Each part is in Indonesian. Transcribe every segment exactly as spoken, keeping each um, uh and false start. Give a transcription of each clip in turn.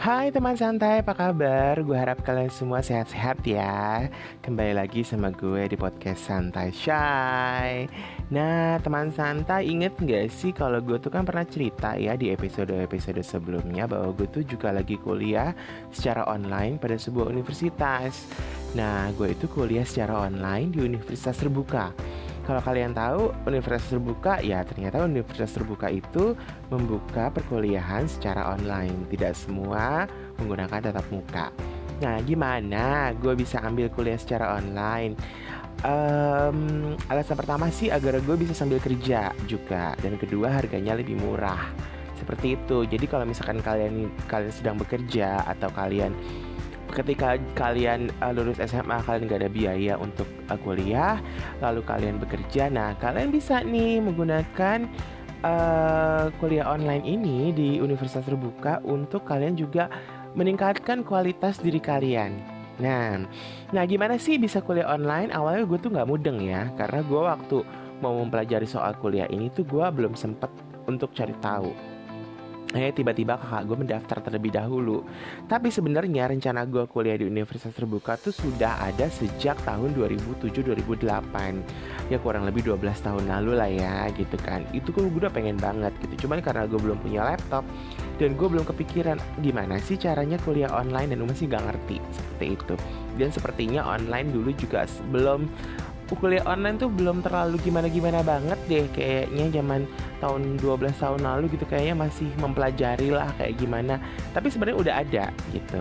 Hai teman santai, apa kabar? Gue harap kalian semua sehat-sehat ya. Kembali lagi sama gue di podcast Santai Shy. Nah teman santai, inget gak sih kalau gue tuh kan pernah cerita ya di episode-episode sebelumnya bahwa gue tuh juga lagi kuliah secara online pada sebuah universitas. Nah gue itu kuliah secara online di universitas terbuka. Kalau kalian tahu universitas terbuka, ya ternyata universitas terbuka itu membuka perkuliahan secara online. Tidak semua menggunakan tatap muka. Nah, gimana gue bisa ambil kuliah secara online? Um, alasan pertama sih agar gue bisa sambil kerja juga. Dan kedua, harganya lebih murah. Seperti itu. Jadi kalau misalkan kalian kalian sedang bekerja atau kalian ketika kalian uh, lulus S M A, kalian gak ada biaya untuk uh, kuliah, lalu kalian bekerja, nah kalian bisa nih menggunakan uh, kuliah online ini di universitas terbuka untuk kalian juga meningkatkan kualitas diri kalian. Nah, nah gimana sih bisa kuliah online? Awalnya gue tuh gak mudeng ya, karena gue waktu mau mempelajari soal kuliah ini tuh gue belum sempet untuk cari tahu. Eh tiba-tiba kakak gue mendaftar terlebih dahulu. Tapi sebenarnya rencana gue kuliah di universitas terbuka tuh sudah ada sejak tahun dua ribu tujuh dua ribu delapan. Ya kurang lebih dua belas tahun lalu lah ya gitu kan. Itu gue udah pengen banget gitu. Cuman karena gue belum punya laptop dan gue belum kepikiran gimana sih caranya kuliah online, dan gue masih gak ngerti seperti itu. Dan sepertinya online dulu juga belum kuliah online tuh belum terlalu gimana-gimana banget deh. Kayaknya zaman tahun dua belas tahun lalu gitu, kayaknya masih mempelajari lah kayak gimana. Tapi sebenarnya udah ada gitu.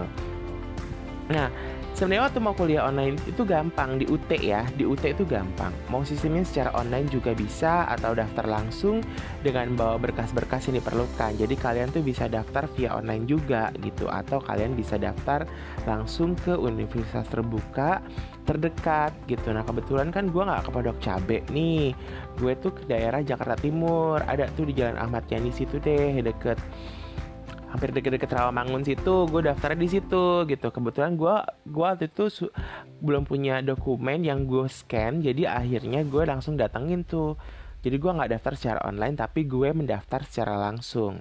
Nah, sebenarnya waktu mau kuliah online itu gampang di U T ya. Di U T itu gampang. Mau sistemnya secara online juga bisa, atau daftar langsung dengan bawa berkas-berkas yang diperlukan. Jadi kalian tuh bisa daftar via online juga gitu, atau kalian bisa daftar langsung ke universitas terbuka terdekat gitu. Nah kebetulan kan gue nggak ke Pondok Cabe nih, gue tuh ke daerah Jakarta Timur. Ada tuh di Jalan Ahmad Yani situ deh, deket hampir deket-deket Rawamangun situ. Gue daftarnya di situ gitu. Kebetulan gue gue waktu itu su- belum punya dokumen yang gue scan, jadi akhirnya gue langsung datengin tuh. Jadi gue nggak daftar secara online, tapi gue mendaftar secara langsung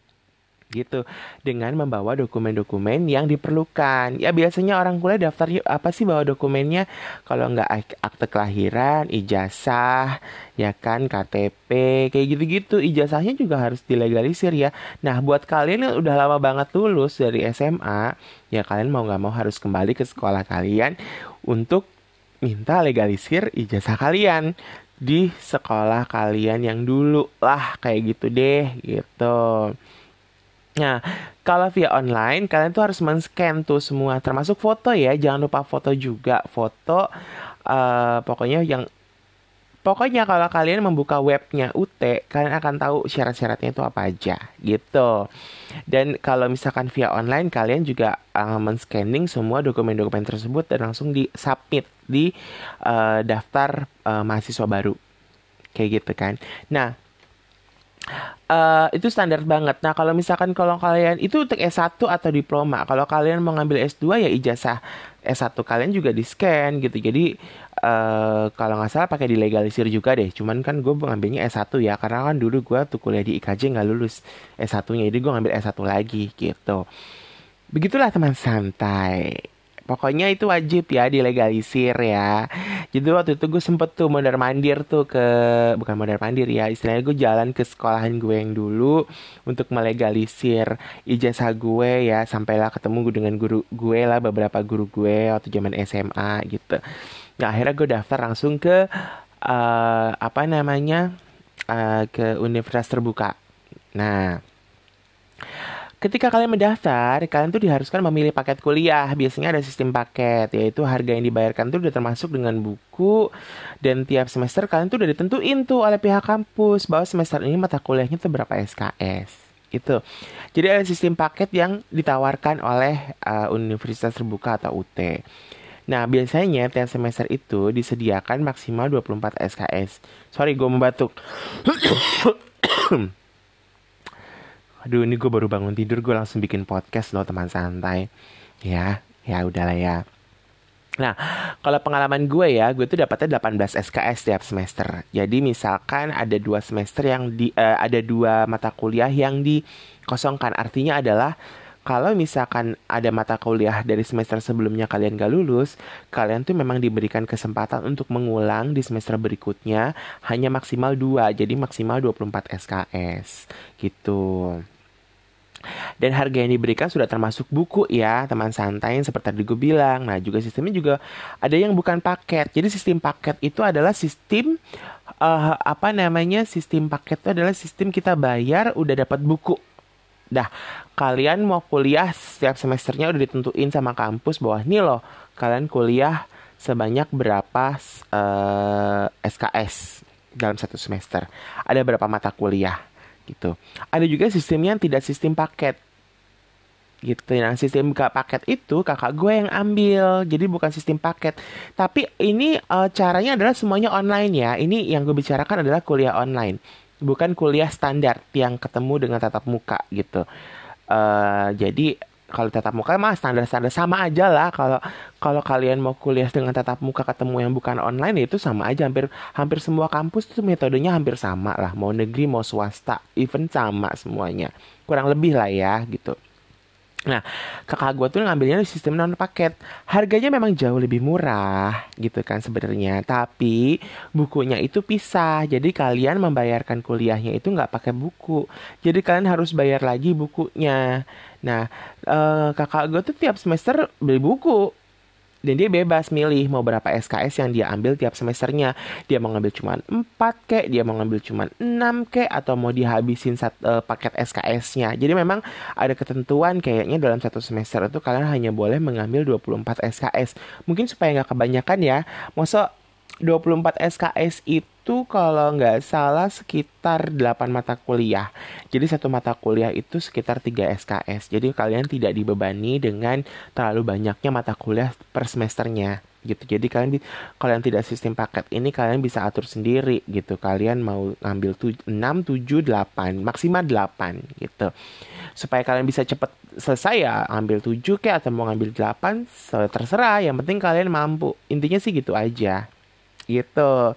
gitu, dengan membawa dokumen-dokumen yang diperlukan. Ya biasanya orang kuliah daftar apa sih bawa dokumennya? Kalau nggak ak- akte kelahiran, ijazah, ya kan, K T P, kayak gitu-gitu. Ijazahnya juga harus dilegalisir ya. Nah buat kalian yang udah lama banget lulus dari S M A, ya kalian mau nggak mau harus kembali ke sekolah kalian untuk minta legalisir ijazah kalian di sekolah kalian yang dulu lah, kayak gitu deh gitu. Nah, kalau via online, kalian tuh harus men-scan tuh semua, termasuk foto ya. Jangan lupa foto juga. Foto, eh, pokoknya yang pokoknya kalau kalian membuka webnya U T, kalian akan tahu syarat-syaratnya itu apa aja, gitu. Dan kalau misalkan via online, kalian juga eh, men-scanning semua dokumen-dokumen tersebut dan langsung di-submit di eh, daftar eh, mahasiswa baru, kayak gitu kan. Nah, Eh, itu standar banget. Nah, kalau misalkan kalau kalian itu untuk S satu atau diploma, kalau kalian mau ngambil S dua ya ijazah S satu kalian juga di-scan gitu. Jadi eh kalau nggak salah pakai dilegalisir juga deh. Cuman kan gue ngambilnya S satu ya, karena kan dulu gue tuh kuliah di I K J nggak lulus S satu-nya. Jadi gue ngambil S satu lagi gitu. Begitulah teman santai. Pokoknya itu wajib ya dilegalisir ya. Jadi waktu itu gue sempet tuh mondar mandir tuh ke, bukan mondar mandir ya, istilahnya gue jalan ke sekolahan gue yang dulu untuk melegalisir ijazah gue ya. Sampailah ketemu gue dengan guru gue lah, beberapa guru gue waktu zaman S M A gitu. Nah akhirnya gue daftar langsung ke eh, apa namanya eh, ke universitas terbuka. Nah, ketika kalian mendaftar, kalian tuh diharuskan memilih paket kuliah. Biasanya ada sistem paket, yaitu harga yang dibayarkan tuh udah termasuk dengan buku. Dan tiap semester kalian tuh udah ditentuin tuh oleh pihak kampus bahwa semester ini mata kuliahnya tuh berapa S K S. Gitu. Jadi ada sistem paket yang ditawarkan oleh uh, universitas terbuka atau U T. Nah, biasanya tiap semester itu disediakan maksimal dua puluh empat S K S. Sorry, gue membatuk. Aduh, ini gue baru bangun tidur, gue langsung bikin podcast loh teman santai. Ya, ya udahlah ya. Nah, kalau pengalaman gue ya, gue tuh dapatnya delapan belas S K S tiap semester. Jadi misalkan ada dua semester yang di, eh, ada dua mata kuliah yang dikosongkan. Artinya adalah kalau misalkan ada mata kuliah dari semester sebelumnya kalian gak lulus, kalian tuh memang diberikan kesempatan untuk mengulang di semester berikutnya hanya maksimal dua, jadi maksimal dua puluh empat S K S gitu. Dan harga yang diberikan sudah termasuk buku ya, teman santai yang seperti tadi gue bilang. Nah, juga sistemnya juga ada yang bukan paket. Jadi sistem paket itu adalah sistem uh, apa namanya? Sistem paket itu adalah sistem kita bayar udah dapat buku. Dah, kalian mau kuliah setiap semesternya udah ditentuin sama kampus bahwa nih loh, kalian kuliah sebanyak berapa uh, S K S dalam satu semester. Ada berapa mata kuliah gitu. Ada juga sistemnya yang tidak sistem paket gitu. Nah, sistem gak paket itu kakak gue yang ambil. Jadi bukan sistem paket. Tapi ini uh, caranya adalah semuanya online ya. Ini yang gue bicarakan adalah kuliah online. Bukan kuliah standar yang ketemu dengan tatap muka gitu. Uh, jadi kalau tatap muka mah standar-standar sama aja lah. Kalau kalau kalian mau kuliah dengan tatap muka ketemu yang bukan online ya itu sama aja. Hampir hampir semua kampus tuh metodenya hampir sama lah. Mau negeri mau swasta, even sama semuanya. Kurang lebih lah ya gitu. Nah, kakak gue tuh ngambilnya sistem non paket. Harganya memang jauh lebih murah gitu kan sebenarnya. Tapi bukunya itu pisah. Jadi kalian membayarkan kuliahnya itu nggak pakai buku. Jadi kalian harus bayar lagi bukunya. Nah, eh, kakak gue tuh tiap semester beli buku. Dan dia bebas milih mau berapa S K S yang dia ambil tiap semesternya. Dia mau ngambil cuma empat kek, dia mau ngambil cuma enam kek, atau mau dihabisin satu uh, paket S K S-nya. Jadi memang ada ketentuan kayaknya dalam satu semester itu kalian hanya boleh mengambil dua puluh empat S K S. Mungkin supaya nggak kebanyakan ya. Masa dua puluh empat S K S itu kalau nggak salah sekitar delapan mata kuliah. Jadi satu mata kuliah itu sekitar tiga S K S. Jadi kalian tidak dibebani dengan terlalu banyaknya mata kuliah per semesternya gitu. Jadi kalian kalian tidak sistem paket ini kalian bisa atur sendiri gitu. Kalian mau ngambil enam, tujuh, delapan, maksimal delapan gitu. Supaya kalian bisa cepet selesai ya ambil tujuh kayak atau mau ngambil delapan terserah. Yang penting kalian mampu. Intinya sih gitu aja. Gitu.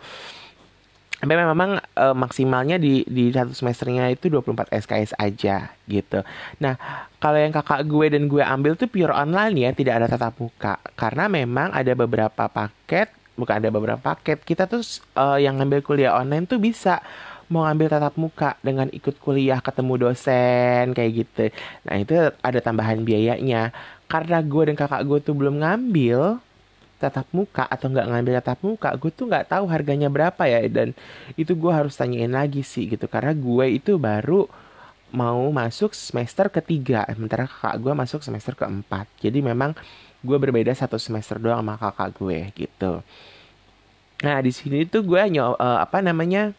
Tapi memang e, maksimalnya di di satu semesternya itu dua puluh empat S K S aja gitu. Nah, kalau yang kakak gue dan gue ambil tuh pure online ya, tidak ada tatap muka. Karena memang ada beberapa paket, bukan ada beberapa paket, kita tuh e, yang ngambil kuliah online tuh bisa mau ngambil tatap muka dengan ikut kuliah ketemu dosen kayak gitu. Nah, itu ada tambahan biayanya. Karena gue dan kakak gue tuh belum ngambil tatap muka atau nggak ngambil tatap muka, gue tuh nggak tahu harganya berapa ya, dan itu gue harus tanyain lagi sih gitu karena gue itu baru mau masuk semester ketiga sementara kakak gue masuk semester keempat. Jadi memang gue berbeda satu semester doang sama kakak gue gitu. Nah di sini tuh gue nyo uh, apa namanya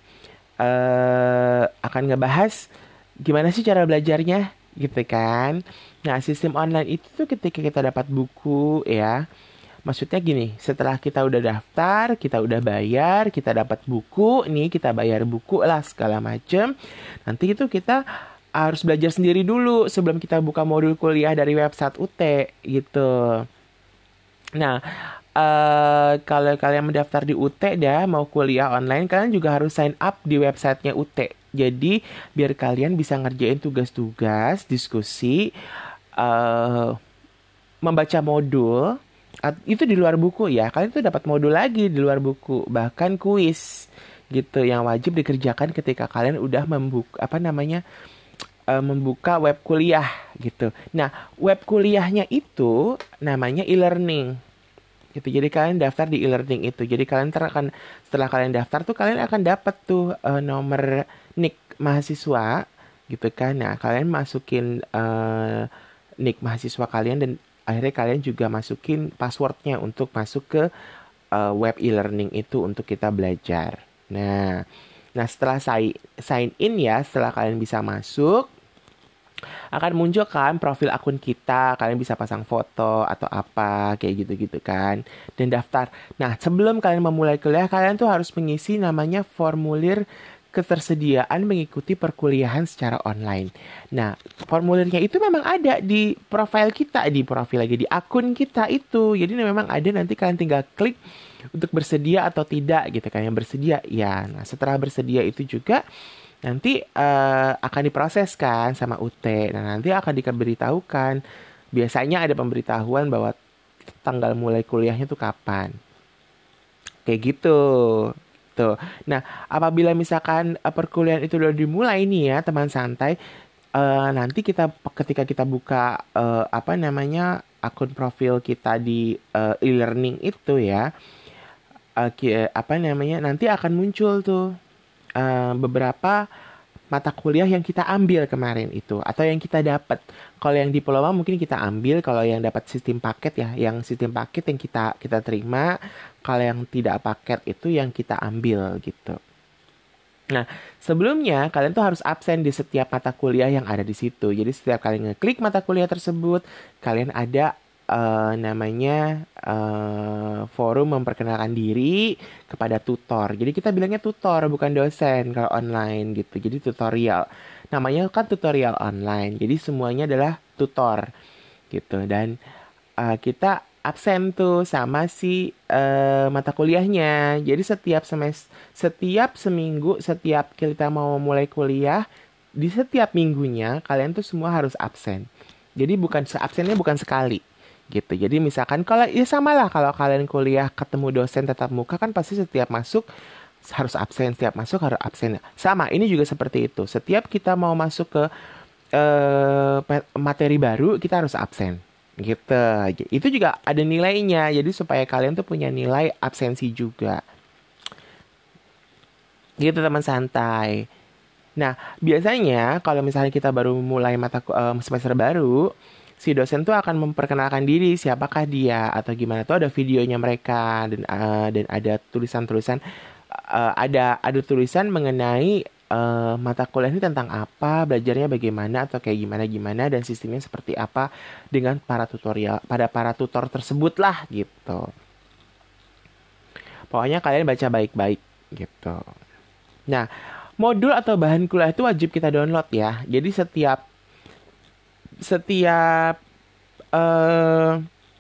uh, akan ngebahas gimana sih cara belajarnya gitu kan. Nah sistem online itu tuh ketika kita dapat buku ya. Maksudnya gini, setelah kita udah daftar, kita udah bayar, kita dapat buku, nih kita bayar buku lah segala macem. Nanti itu kita harus belajar sendiri dulu sebelum kita buka modul kuliah dari website U T gitu. Nah, uh, kalau kalian mendaftar di U T dah mau kuliah online, kalian juga harus sign up di websitenya U T. Jadi biar kalian bisa ngerjain tugas-tugas, diskusi, uh, membaca modul. Itu di luar buku ya, kalian tuh dapat modul lagi di luar buku, bahkan kuis gitu yang wajib dikerjakan ketika kalian udah membuka apa namanya uh, membuka web kuliah gitu. Nah web kuliahnya itu namanya e-learning gitu. Jadi kalian daftar di e-learning itu. Jadi kalian ter akan setelah kalian daftar tuh kalian akan dapat tuh uh, nomor nik mahasiswa gitu kan. Nah kalian masukin uh, nik mahasiswa kalian dan akhirnya kalian juga masukin passwordnya untuk masuk ke uh, web e-learning itu untuk kita belajar. Nah, nah setelah sign sign in ya, setelah kalian bisa masuk, akan muncul kan profil akun kita. Kalian bisa pasang foto atau apa kayak gitu-gitu kan, dan daftar. Nah, sebelum kalian memulai kuliah, kalian tuh harus mengisi namanya formulir ketersediaan mengikuti perkuliahan secara online. Nah, formulirnya itu memang ada di profil kita, di profil lagi di akun kita itu. Jadi memang ada, nanti kalian tinggal klik untuk bersedia atau tidak gitu kan. Yang bersedia ya. Nah, setelah bersedia itu juga Nanti uh, akan diproses kan sama U T. Nah, nanti akan diberitahukan. Biasanya ada pemberitahuan bahwa tanggal mulai kuliahnya tuh kapan. Kayak gitu. Tuh. Nah, apabila misalkan uh, perkuliahan itu udah dimulai nih ya, teman santai, uh, nanti kita ketika kita buka uh, apa namanya akun profil kita di uh, e-learning itu ya, uh, apa namanya nanti akan muncul tuh uh, beberapa mata kuliah yang kita ambil kemarin itu atau yang kita dapat. Kalau yang diploma mungkin kita ambil, kalau yang dapat sistem paket ya, yang sistem paket yang kita kita terima, kalau yang tidak paket itu yang kita ambil gitu. Nah, sebelumnya kalian tuh harus absen di setiap mata kuliah yang ada di situ. Jadi setiap kalian ngeklik mata kuliah tersebut, kalian ada uh, namanya uh, forum memperkenalkan diri kepada tutor. Jadi kita bilangnya tutor bukan dosen kalau online gitu. Jadi tutorial. Namanya kan tutorial online. Jadi semuanya adalah tutor gitu. Dan uh, kita absen tuh sama si uh, mata kuliahnya. Jadi setiap semester, setiap seminggu, setiap kita mau mulai kuliah, di setiap minggunya kalian tuh semua harus absen. Jadi bukan absennya bukan sekali gitu. Jadi misalkan kalau ya sama lah kalau kalian kuliah ketemu dosen tatap muka kan pasti setiap masuk harus absen, setiap masuk harus absen. Sama, ini juga seperti itu. Setiap kita mau masuk ke uh, materi baru kita harus absen. Gitu. Itu juga ada nilainya. Jadi supaya kalian tuh punya nilai absensi juga. Gitu teman santai. Nah, biasanya kalau misalnya kita baru mulai mata um, semester baru, si dosen tuh akan memperkenalkan diri siapakah dia atau gimana tuh ada videonya mereka dan uh, dan ada tulisan-tulisan uh, ada ada tulisan mengenai uh, mata kuliah ini tentang apa, belajarnya bagaimana atau kayak gimana-gimana dan sistemnya seperti apa dengan para tutorial pada para tutor tersebut lah gitu. Pokoknya kalian baca baik-baik gitu. Nah, modul atau bahan kuliah itu wajib kita download ya. Jadi setiap setiap uh,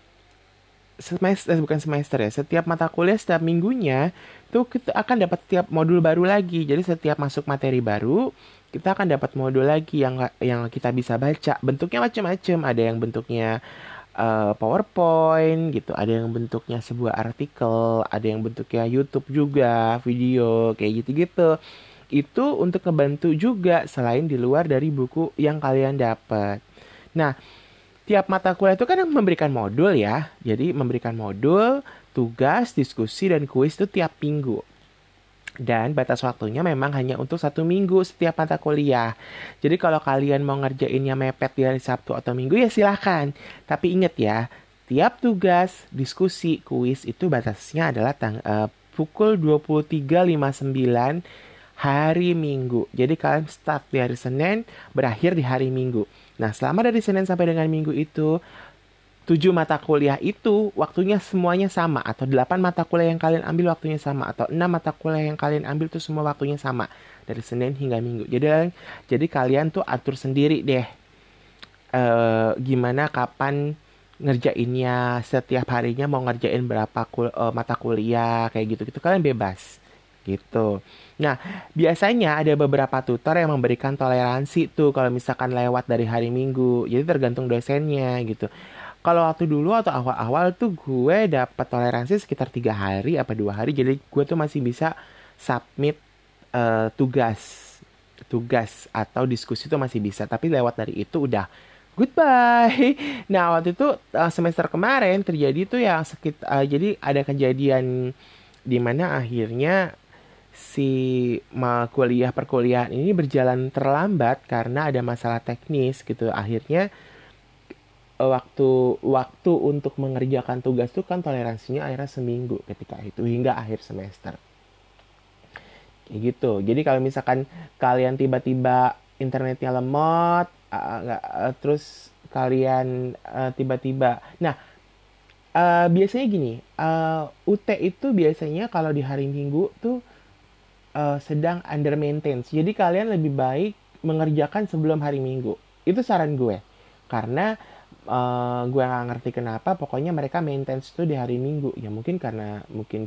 semester eh, bukan semester ya, setiap mata kuliah setiap minggunya tuh kita akan dapat setiap modul baru lagi. Jadi setiap masuk materi baru kita akan dapat modul lagi yang yang kita bisa baca. Bentuknya macam-macam, ada yang bentuknya uh, PowerPoint gitu, ada yang bentuknya sebuah artikel, ada yang bentuknya YouTube juga, video kayak gitu-gitu. Itu untuk ngebantu juga selain di luar dari buku yang kalian dapat. Nah, tiap mata kuliah itu kan memberikan modul ya. Jadi memberikan modul, tugas, diskusi, dan kuis itu tiap minggu. Dan batas waktunya memang hanya untuk satu minggu setiap mata kuliah. Jadi kalau kalian mau ngerjainnya mepet di hari Sabtu atau Minggu ya silahkan. Tapi ingat ya, tiap tugas, diskusi, kuis itu batasnya adalah tang- uh, pukul dua puluh tiga lewat lima puluh sembilan hari Minggu. Jadi kalian start di hari Senin, berakhir di hari Minggu. Nah, selama dari Senin sampai dengan Minggu itu, tujuh mata kuliah itu waktunya semuanya sama. Atau delapan mata kuliah yang kalian ambil waktunya sama. Atau enam mata kuliah yang kalian ambil itu semua waktunya sama. Dari Senin hingga Minggu. Jadi, jadi kalian tuh atur sendiri deh. Uh, gimana, kapan ngerjainnya. Setiap harinya mau ngerjain berapa kul- uh, mata kuliah. Kayak gitu-gitu. Kalian bebas. Gitu. Nah, biasanya ada beberapa tutor yang memberikan toleransi tuh kalau misalkan lewat dari hari Minggu. Jadi tergantung dosennya gitu. Kalau waktu dulu atau awal-awal tuh gue dapat toleransi sekitar tiga hari apa dua hari. Jadi gue tuh masih bisa submit uh, tugas. Tugas atau diskusi tuh masih bisa. Tapi lewat dari itu udah goodbye. Nah, waktu itu uh, semester kemarin terjadi tuh yang sekitar uh, jadi ada kejadian di mana akhirnya si kuliah perkuliahan ini berjalan terlambat karena ada masalah teknis gitu. Akhirnya waktu waktu untuk mengerjakan tugas itu kan toleransinya akhirnya seminggu ketika itu hingga akhir semester. Kayak gitu. Jadi kalau misalkan kalian tiba-tiba internetnya lemot, uh, uh, terus kalian uh, tiba-tiba, nah uh, biasanya gini, uh, U T itu biasanya kalau di hari Minggu tuh Uh, sedang under maintenance. Jadi kalian lebih baik mengerjakan sebelum hari Minggu. Itu saran gue. Karena uh, gue gak ngerti kenapa. Pokoknya mereka maintenance tuh di hari Minggu. Ya mungkin karena mungkin kita,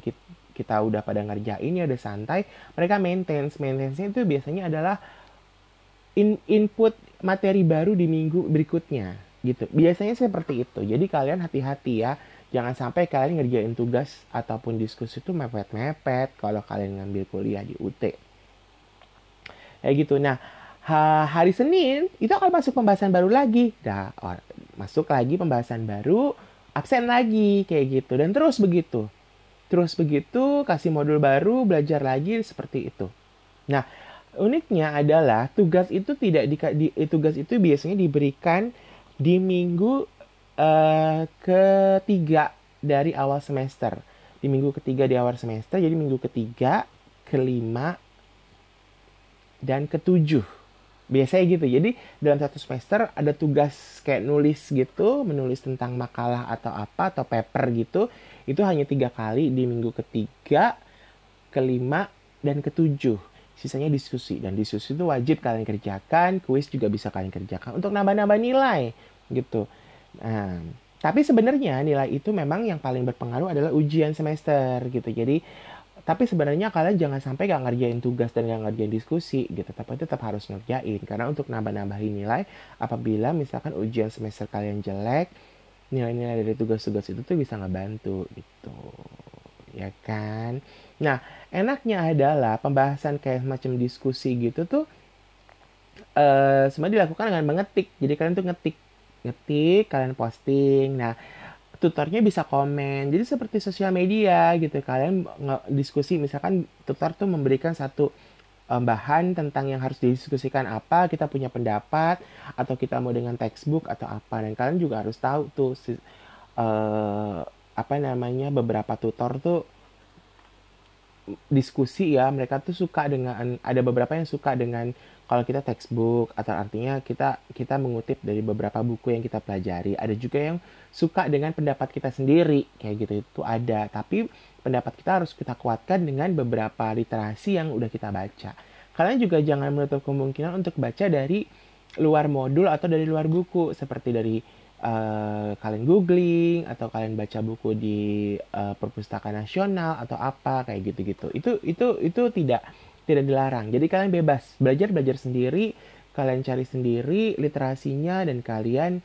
kita udah pada ngerjain ya udah santai, mereka maintenance. Maintenance-nya itu biasanya adalah in, input materi baru di minggu berikutnya gitu. Biasanya seperti itu. Jadi kalian hati-hati ya. Jangan sampai kalian ngerjain tugas ataupun diskusi itu mepet-mepet kalau kalian ngambil kuliah di U T. Kayak gitu. Nah, hari Senin itu akan masuk pembahasan baru lagi. Dah, masuk lagi pembahasan baru, absen lagi kayak gitu dan terus begitu. Terus begitu, kasih modul baru, belajar lagi seperti itu. Nah, uniknya adalah tugas itu tidak di, di tugas itu biasanya diberikan di minggu uh, ketiga dari awal semester. Di minggu ketiga di awal semester, jadi minggu ketiga, kelima, dan ketujuh. Biasanya gitu. Jadi dalam satu semester ada tugas kayak nulis gitu, menulis tentang makalah atau apa, atau paper gitu. Itu hanya tiga kali di minggu ketiga, kelima, dan ketujuh. Sisanya diskusi. Dan diskusi itu wajib kalian kerjakan, kuis juga bisa kalian kerjakan untuk nambah-nambah nilai gitu. Nah, tapi sebenarnya nilai itu memang yang paling berpengaruh adalah ujian semester gitu. Jadi tapi sebenarnya kalian jangan sampai gak ngerjain tugas dan gak ngerjain diskusi gitu. Tapi tetap harus ngerjain. Karena untuk nambah-nambahin nilai, apabila misalkan ujian semester kalian jelek, nilai-nilai dari tugas-tugas itu tuh bisa ngebantu gitu. Ya kan? Nah, enaknya adalah pembahasan kayak macam diskusi gitu tuh uh, semuanya dilakukan dengan mengetik. Jadi kalian tuh ngetik. Ngetik, kalian posting. Nah, tutornya bisa komen. Jadi seperti sosial media gitu. Kalian diskusi, misalkan tutor tuh memberikan satu um, bahan tentang yang harus didiskusikan apa, kita punya pendapat, atau kita mau dengan textbook atau apa. Dan kalian juga harus tahu tuh uh, apa namanya, beberapa tutor tuh diskusi ya, mereka tuh suka dengan, ada beberapa yang suka dengan kalau kita textbook, atau artinya kita kita mengutip dari beberapa buku yang kita pelajari. Ada juga yang suka dengan pendapat kita sendiri, kayak gitu, itu ada. Tapi pendapat kita harus kita kuatkan dengan beberapa literasi yang udah kita baca. Kalian juga jangan menutup kemungkinan untuk baca dari luar modul atau dari luar buku, seperti dari uh, kalian googling, atau kalian baca buku di uh, perpustakaan nasional atau apa kayak gitu-gitu. Itu itu itu tidak tidak dilarang. Jadi kalian bebas belajar belajar sendiri, kalian cari sendiri literasinya, dan kalian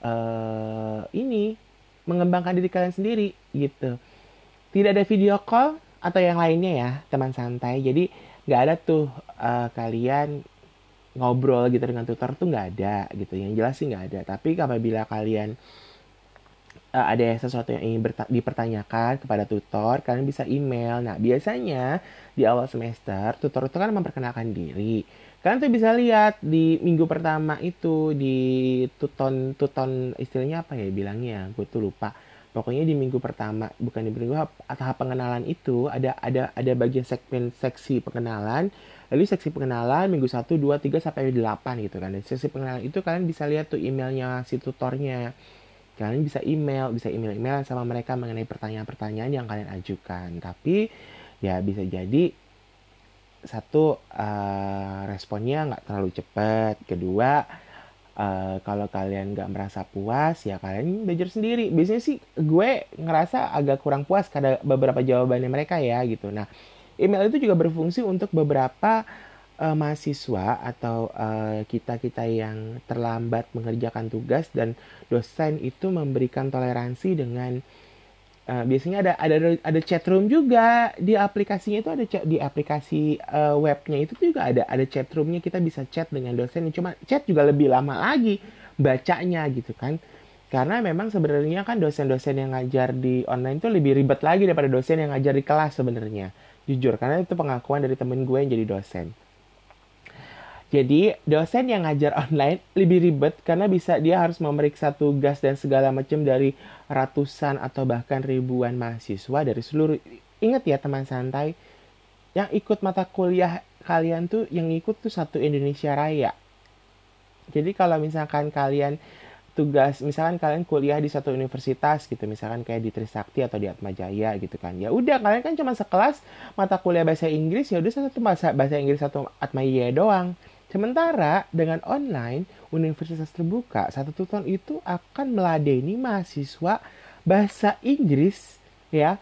uh, ini mengembangkan diri kalian sendiri gitu. Tidak ada video call atau yang lainnya ya, teman santai. Jadi nggak ada tuh uh, kalian ngobrol gitu dengan tutor tuh nggak ada gitu. Yang jelas sih nggak ada. Tapi apabila kalian uh, ada sesuatu yang ingin dipertanyakan kepada tutor, kalian bisa email. Nah, biasanya di awal semester, tutor itu kan memperkenalkan diri. Kalian tuh bisa lihat di minggu pertama itu, di tuton, tuton istilahnya apa ya bilangnya, gue tuh lupa. Pokoknya di minggu pertama, bukan di minggu tahap pengenalan itu, ada ada ada bagian segmen seksi pengenalan. Lalu seksi pengenalan minggu satu, dua, tiga, sampai delapan gitu kan. Dan seksi pengenalan itu kalian bisa lihat tuh emailnya si tutornya. Kalian bisa email, bisa email-email sama mereka mengenai pertanyaan-pertanyaan yang kalian ajukan. Tapi ya bisa jadi satu, uh, responnya nggak terlalu cepat. Kedua, uh, kalau kalian nggak merasa puas, ya kalian belajar sendiri. Biasanya sih gue ngerasa agak kurang puas karena beberapa jawabannya mereka ya gitu. Nah, email itu juga berfungsi untuk beberapa uh, mahasiswa atau uh, kita-kita yang terlambat mengerjakan tugas, dan dosen itu memberikan toleransi dengan Uh, biasanya ada ada ada chat room juga di aplikasinya itu, ada chat di aplikasi uh, webnya itu juga ada ada chat roomnya, kita bisa chat dengan dosen. Cuma chat juga lebih lama lagi bacanya gitu kan, karena memang sebenarnya kan dosen-dosen yang ngajar di online itu lebih ribet lagi daripada dosen yang ngajar di kelas sebenarnya, jujur, karena itu pengakuan dari temen gue yang jadi dosen. Jadi dosen yang ngajar online lebih ribet karena bisa dia harus memeriksa tugas dan segala macam dari ratusan atau bahkan ribuan mahasiswa dari seluruh. Ingat ya teman santai, yang ikut mata kuliah kalian tuh, yang ikut tuh satu Indonesia Raya. Jadi kalau misalkan kalian tugas, misalkan kalian kuliah di satu universitas gitu, misalkan kayak di Trisakti atau di Atmajaya gitu kan, ya udah kalian kan cuma sekelas mata kuliah bahasa Inggris, ya udah satu bahasa bahasa Inggris satu Atmajaya doang. Sementara dengan online, universitas terbuka, satu tutor itu akan meladeni mahasiswa bahasa Inggris ya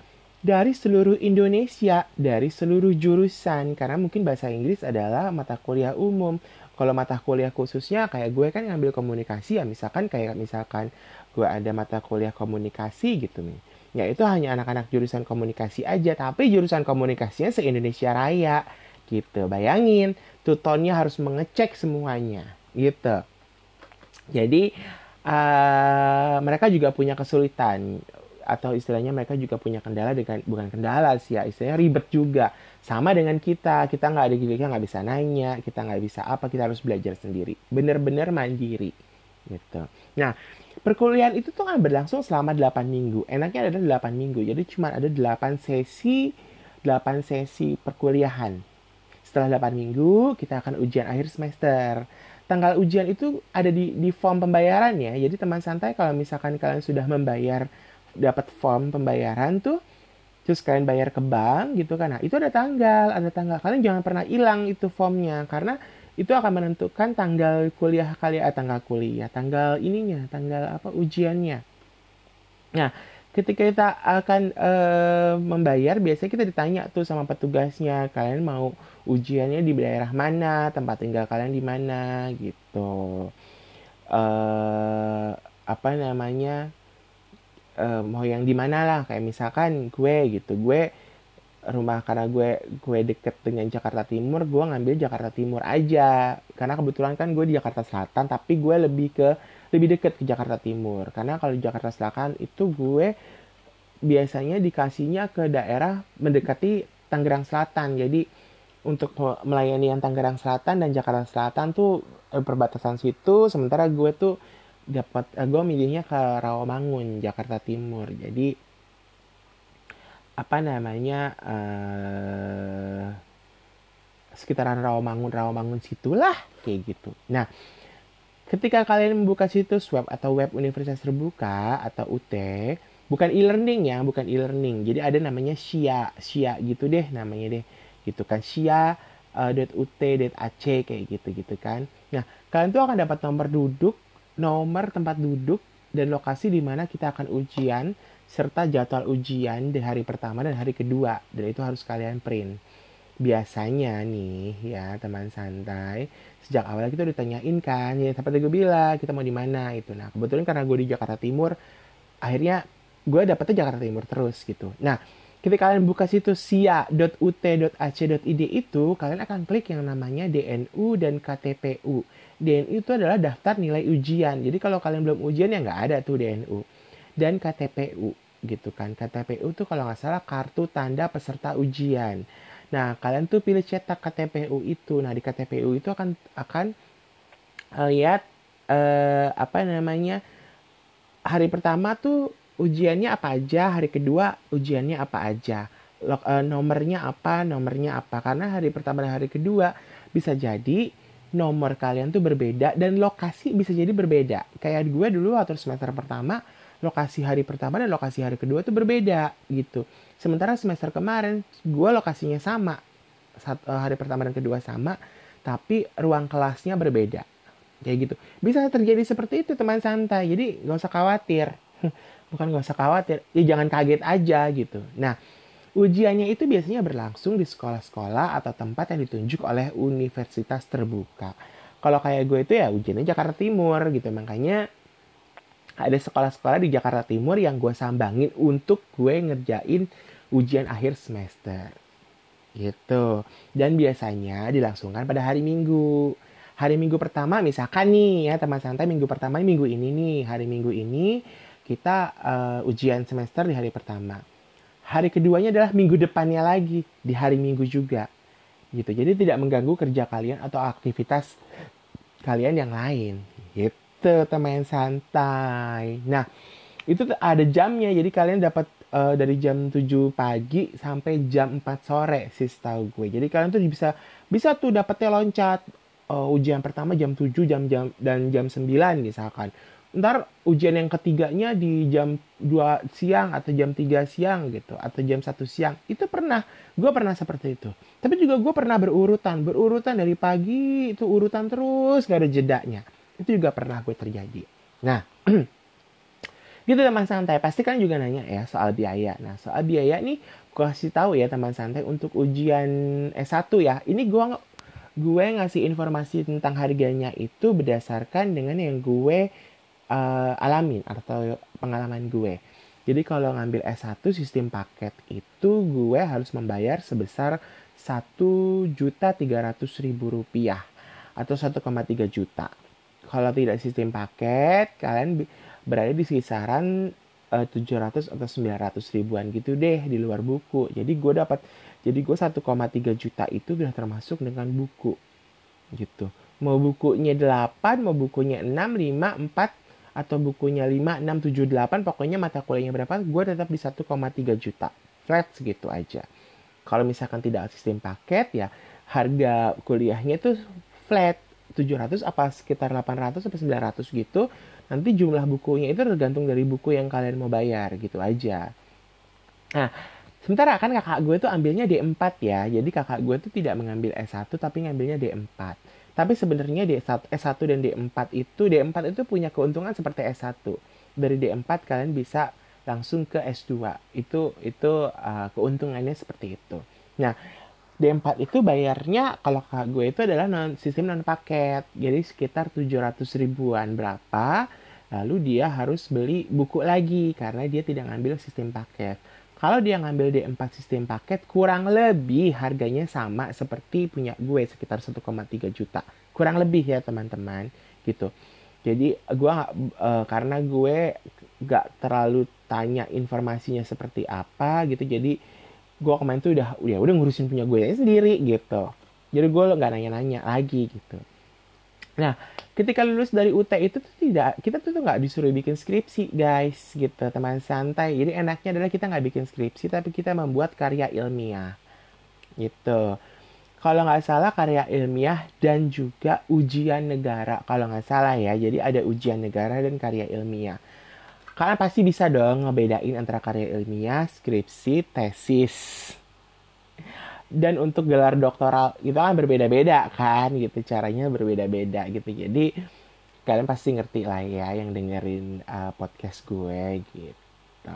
dari seluruh Indonesia, dari seluruh jurusan. Karena mungkin bahasa Inggris adalah mata kuliah umum. Kalau mata kuliah khususnya kayak gue kan ngambil komunikasi ya, misalkan kayak misalkan gue ada mata kuliah komunikasi gitu nih. Ya itu hanya anak-anak jurusan komunikasi aja, tapi jurusan komunikasinya se-Indonesia Raya gitu. Bayangin, tutornya harus mengecek semuanya gitu. Jadi uh, mereka juga punya kesulitan atau istilahnya mereka juga punya kendala dengan bukan kendala sih ya, istilahnya ribet juga sama dengan kita. Kita nggak ada kita nggak bisa nanya, kita nggak bisa apa, kita harus belajar sendiri, bener-bener mandiri gitu. Nah, perkuliahan itu tuh kan berlangsung selama delapan minggu. Enaknya adalah delapan minggu, jadi cuma ada delapan sesi delapan sesi perkuliahan. Setelah delapan minggu kita akan ujian akhir semester. Tanggal ujian itu ada di, di form pembayaran ya. Jadi teman santai, kalau misalkan kalian sudah membayar, dapat form pembayaran tuh, terus kalian bayar ke bank gitu kan. Nah, itu ada tanggal, ada tanggal. Kalian jangan pernah hilang itu formnya, karena itu akan menentukan tanggal kuliah kalian, eh, tanggal kuliah, tanggal ininya, tanggal apa ujiannya. Nah, ketika kita akan uh, membayar, biasanya kita ditanya tuh sama petugasnya, kalian mau ujiannya di daerah mana, tempat tinggal kalian di mana gitu. Uh, apa namanya? Uh, mau yang di mana lah, kayak misalkan gue gitu, gue rumah karena gue gue deket dengan Jakarta Timur, gue ngambil Jakarta Timur aja karena kebetulan kan gue di Jakarta Selatan, tapi gue lebih ke lebih deket ke Jakarta Timur. Karena kalau di Jakarta Selatan itu gue biasanya dikasihnya ke daerah mendekati Tangerang Selatan. Jadi untuk melayani yang Tangerang Selatan dan Jakarta Selatan tuh perbatasan situ, sementara gue tuh dapat gue milihnya ke Rawamangun, Jakarta Timur. Jadi apa namanya uh, sekitaran Rawamangun Rawamangun situlah kayak gitu. Nah, ketika kalian membuka situs web atau web Universitas Terbuka atau U T, bukan e-learning ya, bukan e-learning. Jadi ada namanya S I A, S I A gitu deh namanya deh. Gitu kan, S I A .ut.ac kayak gitu-gitu kan. Nah, kalian tuh akan dapat nomor duduk, nomor tempat duduk dan lokasi di mana kita akan ujian serta jadwal ujian di hari pertama dan hari kedua, dan itu harus kalian print. Biasanya nih ya teman santai, sejak awal kita udah tanyain kan, ya seperti gue bilang kita mau di mana itu. Nah kebetulan karena gue di Jakarta Timur, akhirnya gue dapetnya Jakarta Timur terus gitu. Nah ketika kalian buka situs sia dot u t dot a c dot i d itu, kalian akan klik yang namanya D N U dan K T P U. D N U itu adalah daftar nilai ujian. Jadi kalau kalian belum ujian ya nggak ada tuh D N U. Dan K T P U gitu kan. K T P U tuh kalau nggak salah kartu tanda peserta ujian. Nah kalian tuh pilih cetak K T P U itu. Nah di K T P U itu akan akan lihat uh, apa namanya, hari pertama tuh ujiannya apa aja, hari kedua ujiannya apa aja, Lok, uh, nomornya apa, nomornya apa. Karena hari pertama dan hari kedua bisa jadi nomor kalian tuh berbeda dan lokasi bisa jadi berbeda. Kayak gue dulu waktu semester pertama, lokasi hari pertama dan lokasi hari kedua tuh berbeda gitu. Sementara semester kemarin gue lokasinya sama, hari pertama dan kedua sama, tapi ruang kelasnya berbeda. Kayak gitu. Bisa terjadi seperti itu teman santai. Jadi gak usah khawatir. Bukan gak usah khawatir, ya jangan kaget aja gitu. Nah, ujiannya itu biasanya berlangsung di sekolah-sekolah atau tempat yang ditunjuk oleh universitas terbuka. Kalau kayak gue itu ya ujiannya Jakarta Timur gitu. Makanya ada sekolah-sekolah di Jakarta Timur yang gue sambangin untuk gue ngerjain ujian akhir semester. Gitu. Dan biasanya dilangsungkan pada hari Minggu. Hari Minggu pertama misalkan nih ya teman santai, minggu pertama minggu ini nih. Hari Minggu ini kita uh, ujian semester di hari pertama. Hari keduanya adalah minggu depannya lagi, di hari Minggu juga. Gitu. Jadi tidak mengganggu kerja kalian atau aktivitas kalian yang lain. Gitu. Teman santai. Nah, itu ada jamnya. Jadi kalian dapat uh, dari jam tujuh pagi sampai jam empat sore sih setahu gue. Jadi kalian tuh bisa bisa tuh dapetnya loncat. Uh, ujian pertama jam tujuh jam jam dan jam sembilan misalkan. Ntar ujian yang ketiganya di jam dua siang atau jam tiga siang gitu, atau jam satu siang. Itu pernah, gue pernah seperti itu. Tapi juga gue pernah berurutan, berurutan dari pagi itu urutan terus, gak ada jedanya. Itu juga pernah gue terjadi. Nah, Gitu teman santai, pasti kan juga nanya ya soal biaya. Nah soal biaya nih gue kasih tahu ya teman santai, untuk ujian S satu ya. Ini gue gue ngasih informasi tentang harganya itu berdasarkan dengan yang gue uh, alamin atau pengalaman gue. Jadi kalau ngambil S satu sistem paket itu gue harus membayar sebesar satu juta tiga ratus ribu rupiah atau satu koma tiga juta. Kalau tidak sistem paket, kalian berada di kisaran uh, tujuh ratus atau sembilan ratus ribuan gitu deh di luar buku. Jadi gue dapat jadi gue satu koma tiga juta itu udah termasuk dengan buku gitu. Mau bukunya delapan, mau bukunya enam, lima, empat, atau bukunya lima, enam, tujuh, delapan, pokoknya mata kuliahnya berapa, gue tetap di satu koma tiga juta. Flat segitu aja. Kalau misalkan tidak sistem paket ya harga kuliahnya tuh flat tujuh ratus apa sekitar delapan ratus sampai sembilan ratus gitu. Nanti jumlah bukunya itu tergantung dari buku yang kalian mau bayar gitu aja. Nah, sementara kan kakak gue tuh ambilnya D empat ya. Jadi kakak gue tuh tidak mengambil S satu tapi ngambilnya D empat. Tapi sebenarnya S satu dan D empat itu, D empat itu punya keuntungan seperti S satu. Dari D empat kalian bisa langsung ke S dua. Itu itu uh, keuntungannya seperti itu. Nah, D empat itu bayarnya kalau kakak gue itu adalah non, sistem non paket. Jadi sekitar tujuh ratus ribuan berapa. Lalu dia harus beli buku lagi karena dia tidak ngambil sistem paket. Kalau dia ngambil D empat sistem paket, kurang lebih harganya sama seperti punya gue, sekitar satu koma tiga juta. Kurang lebih ya teman-teman, gitu. Jadi gue gak, e, karena gue gak terlalu tanya informasinya seperti apa gitu. Jadi gue kemarin tuh udah udah udah ngurusin punya gue sendiri gitu. Jadi gue gak nanya-nanya lagi gitu. Nah, ketika lulus dari U T itu tuh tidak, kita tuh nggak disuruh bikin skripsi guys, gitu teman santai. Jadi enaknya adalah kita nggak bikin skripsi, tapi kita membuat karya ilmiah, gitu. Kalau nggak salah karya ilmiah dan juga ujian negara, kalau nggak salah ya. Jadi ada ujian negara dan karya ilmiah. Kalian pasti bisa dong ngebedain antara karya ilmiah, skripsi, tesis. Dan untuk gelar doktoral itu kan berbeda-beda kan gitu, caranya berbeda-beda gitu. Jadi kalian pasti ngerti lah ya yang dengerin uh, podcast gue gitu.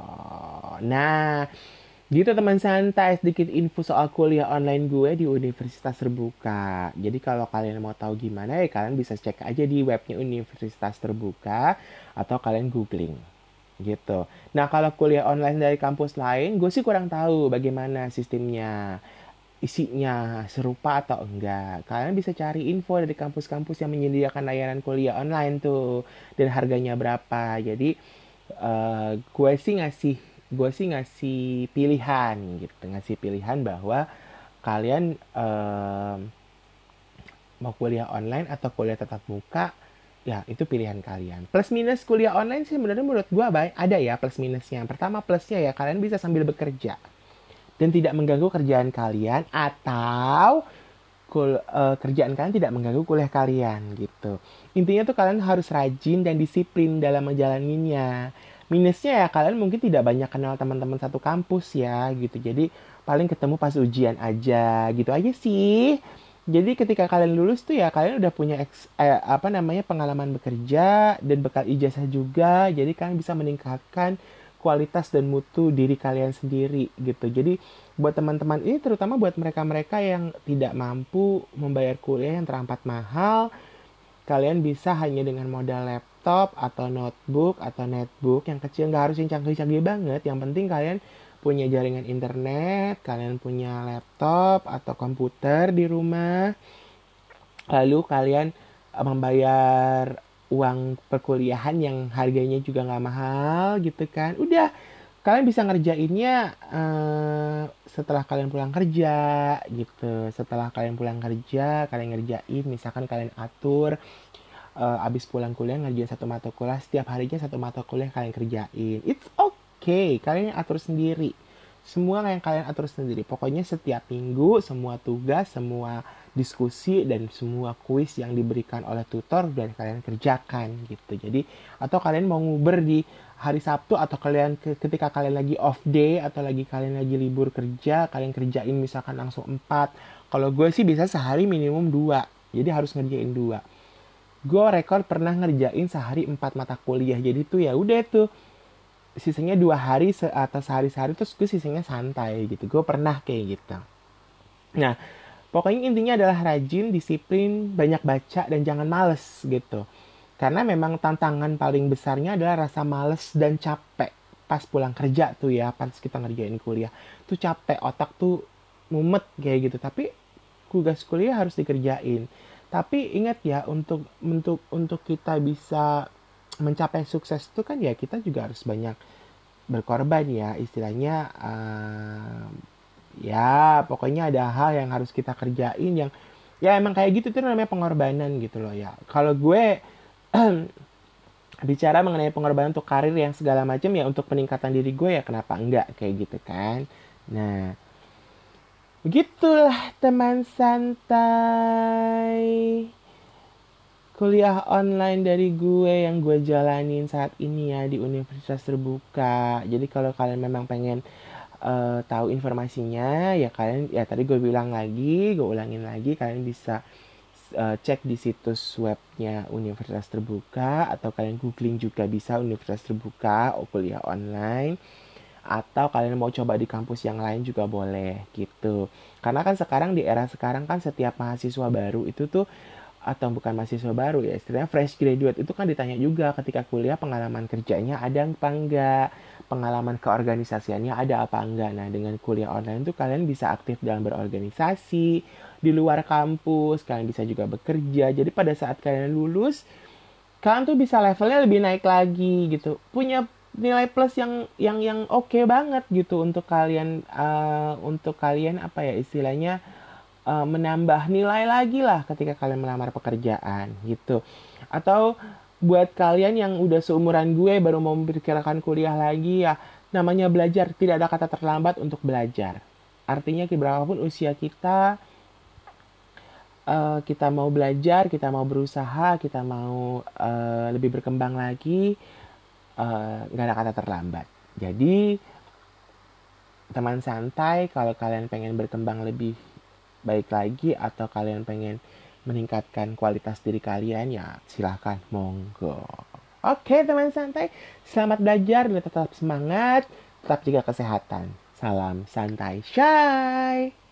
Nah, gitu teman santai, sedikit info soal kuliah online gue di Universitas Terbuka. Jadi kalau kalian mau tahu gimana ya kalian bisa cek aja di webnya Universitas Terbuka atau kalian googling gitu. Nah kalau kuliah online dari kampus lain, gue sih kurang tahu bagaimana sistemnya, isinya serupa atau enggak. Kalian bisa cari info dari kampus-kampus yang menyediakan layanan kuliah online tuh dan harganya berapa. Jadi uh, gue sih ngasih gue sih ngasih pilihan gitu, ngasih pilihan bahwa kalian uh, mau kuliah online atau kuliah tatap muka. Ya, itu pilihan kalian. Plus minus kuliah online sih sebenarnya menurut gue baik. Ada ya plus minusnya. Yang pertama plusnya ya kalian bisa sambil bekerja. Dan tidak mengganggu kerjaan kalian. Atau kul, uh, kerjaan kalian tidak mengganggu kuliah kalian gitu. Intinya tuh kalian harus rajin dan disiplin dalam menjalaninya. Minusnya ya kalian mungkin tidak banyak kenal teman-teman satu kampus ya gitu. Jadi paling ketemu pas ujian aja gitu aja sih. Jadi ketika kalian lulus tuh ya kalian udah punya eks, eh, apa namanya pengalaman bekerja dan bekal ijazah juga. Jadi kalian bisa meningkatkan kualitas dan mutu diri kalian sendiri gitu. Jadi buat teman-teman ini terutama buat mereka-mereka yang tidak mampu membayar kuliah yang teramat mahal, kalian bisa hanya dengan modal laptop atau notebook atau netbook yang kecil, nggak harus yang canggih-canggih banget. Yang penting kalian punya jaringan internet, kalian punya laptop atau komputer di rumah, lalu kalian membayar uang perkuliahan yang harganya juga nggak mahal gitu kan. Udah, kalian bisa ngerjainnya uh, setelah kalian pulang kerja gitu. Setelah kalian pulang kerja, kalian ngerjain, misalkan kalian atur uh, abis pulang kuliah ngerjain satu mata kuliah, setiap harinya satu mata kuliah kalian kerjain. It's okay. Oke, kalian atur sendiri. Semua yang kalian atur sendiri. Pokoknya setiap minggu, semua tugas, semua diskusi, dan semua kuis yang diberikan oleh tutor dan kalian kerjakan gitu. Jadi, atau kalian mau nguber di hari Sabtu atau kalian ketika kalian lagi off day atau lagi kalian lagi libur kerja, kalian kerjain misalkan langsung empat. Kalau gue sih bisa sehari minimum dua. Jadi harus ngerjain dua. gue rekor pernah ngerjain sehari empat mata kuliah. Jadi tuh ya udah tuh sisanya dua hari se atau sehari sehari terus gue sisanya santai gitu. Gue pernah kayak gitu. Nah, pokoknya intinya adalah rajin, disiplin, banyak baca dan jangan males gitu. Karena memang tantangan paling besarnya adalah rasa males dan capek pas pulang kerja tuh ya, pas kita ngerjain kuliah. Tuh capek, otak tuh mumet kayak gitu. Tapi tugas kuliah harus dikerjain. Tapi ingat ya, untuk untuk untuk kita bisa mencapai sukses itu kan ya kita juga harus banyak berkorban ya, istilahnya uh, ya pokoknya ada hal yang harus kita kerjain yang ya emang kayak gitu tuh namanya pengorbanan gitu loh ya. Kalau gue bicara mengenai pengorbanan untuk karir yang segala macam ya untuk peningkatan diri gue ya kenapa enggak kayak gitu kan. Nah, begitulah teman santai. Kuliah online dari gue yang gue jalanin saat ini ya di Universitas Terbuka. Jadi kalau kalian memang pengen uh, tahu informasinya ya kalian ya tadi gue bilang lagi, gue ulangin lagi, kalian bisa uh, cek di situs webnya Universitas Terbuka atau kalian googling juga bisa Universitas Terbuka oh, kuliah online. Atau kalian mau coba di kampus yang lain juga boleh gitu. Karena kan sekarang di era sekarang kan setiap mahasiswa baru itu tuh atau bukan mahasiswa baru ya istilahnya fresh graduate itu kan ditanya juga ketika kuliah pengalaman kerjanya ada apa enggak, pengalaman keorganisasiannya ada apa enggak. Nah dengan kuliah online tuh kalian bisa aktif dalam berorganisasi di luar kampus, kalian bisa juga bekerja. Jadi pada saat kalian lulus kalian tuh bisa levelnya lebih naik lagi gitu, punya nilai plus yang yang yang oke okay banget gitu untuk kalian uh, untuk kalian apa ya istilahnya uh, menambah nilai lagi lah ketika kalian melamar pekerjaan gitu. Atau buat kalian yang udah seumuran gue baru mau memperkirakan kuliah lagi ya, namanya belajar, tidak ada kata terlambat untuk belajar. Artinya berapapun usia kita, uh, kita mau belajar, kita mau berusaha, kita mau uh, lebih berkembang lagi, uh, gak ada kata terlambat. Jadi teman santai, kalau kalian pengen berkembang lebih baik lagi atau kalian pengen meningkatkan kualitas diri kalian ya silahkan monggo. Oke teman santai, selamat belajar dan tetap semangat, tetap jaga kesehatan. Salam santai shy.